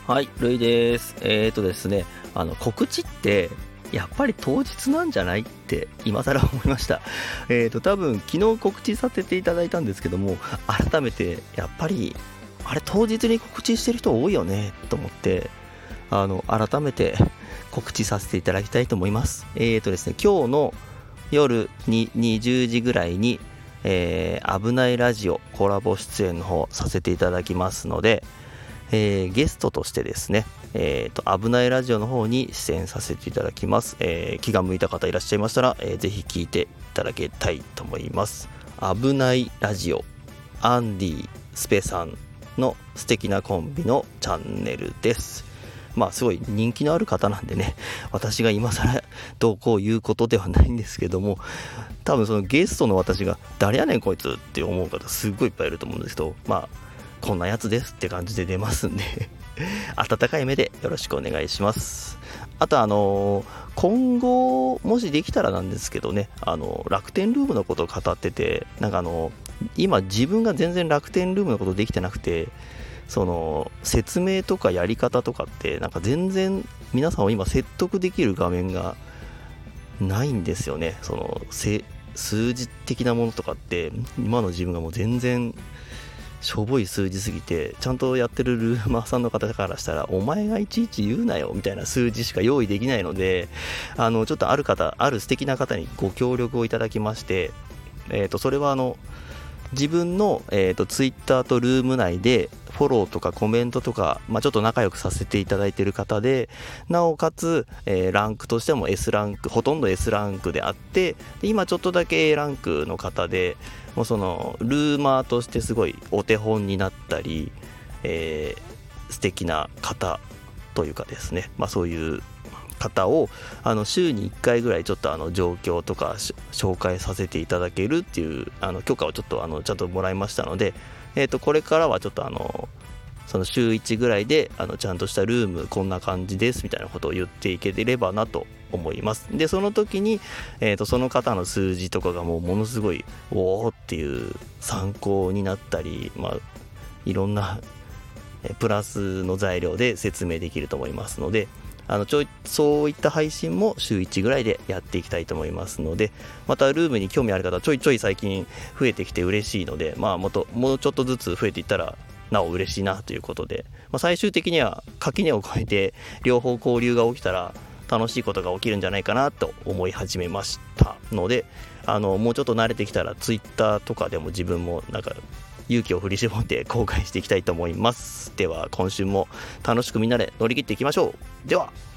はい、ルイです。ですね、告知ってやっぱり当日なんじゃないって今更思いました。多分昨日告知させていただいたんですけども、改めてやっぱりあれ当日に告知してる人多いよねと思って、改めて告知させていただきたいと思います。ですね、今日の夜に20時ぐらいに、危ないラジオコラボ出演の方させていただきますので、ゲストとしてですね、危ないラジオの方に出演させていただきます。気が向いた方いらっしゃいましたら、ぜひ聞いていただきたいと思います。危ないラジオアンディスペさんの素敵なコンビのチャンネルです。すごい人気のある方なんでね、私が今更どうこう言うことではないんですけども、多分そのゲストの私が誰やねんこいつって思う方すっごいいっぱいいると思うんですけど、こんなやつですって感じで出ますんで温かい目でよろしくお願いします。あと今後もしできたらなんですけどね、楽天ルームのことを語ってて、今自分が全然楽天ルームのことできてなくて、その説明とかやり方とかって全然皆さんを今説得できる画面がないんですよね。その数字的なものとかって今の自分がもう全然しょぼい数字すぎて、ちゃんとやってるルーマーさんの方からしたらお前がいちいち言うなよみたいな数字しか用意できないので、ちょっとある素敵な方にご協力をいただきまして、それは自分の、ツイッターとルーム内でフォローとかコメントとか、ちょっと仲良くさせていただいている方で、なおかつ、ランクとしても S ランク、ほとんど S ランクであって、で今ちょっとだけ A ランクの方で、もうそのルーマーとしてすごいお手本になったり、素敵な方というかですね、そういう方を週に1回ぐらいちょっと状況とか紹介させていただけるっていう許可をちょっとちゃんともらいましたので、これからはちょっとその週1ぐらいでちゃんとしたルームこんな感じですみたいなことを言っていければなと思います。でその時に、その方の数字とかがものすごいおーっていう参考になったり、いろんなプラスの材料で説明できると思いますので、そういった配信も週1ぐらいでやっていきたいと思いますので、またルームに興味ある方はちょいちょい最近増えてきて嬉しいので、もうちょっとずつ増えていったらなお嬉しいなということで、最終的には垣根を越えて両方交流が起きたら楽しいことが起きるんじゃないかなと思い始めましたので、もうちょっと慣れてきたらツイッターとかでも自分も勇気を振り絞って公開していきたいと思います。では今週も楽しくみんなで乗り切っていきましょう。では。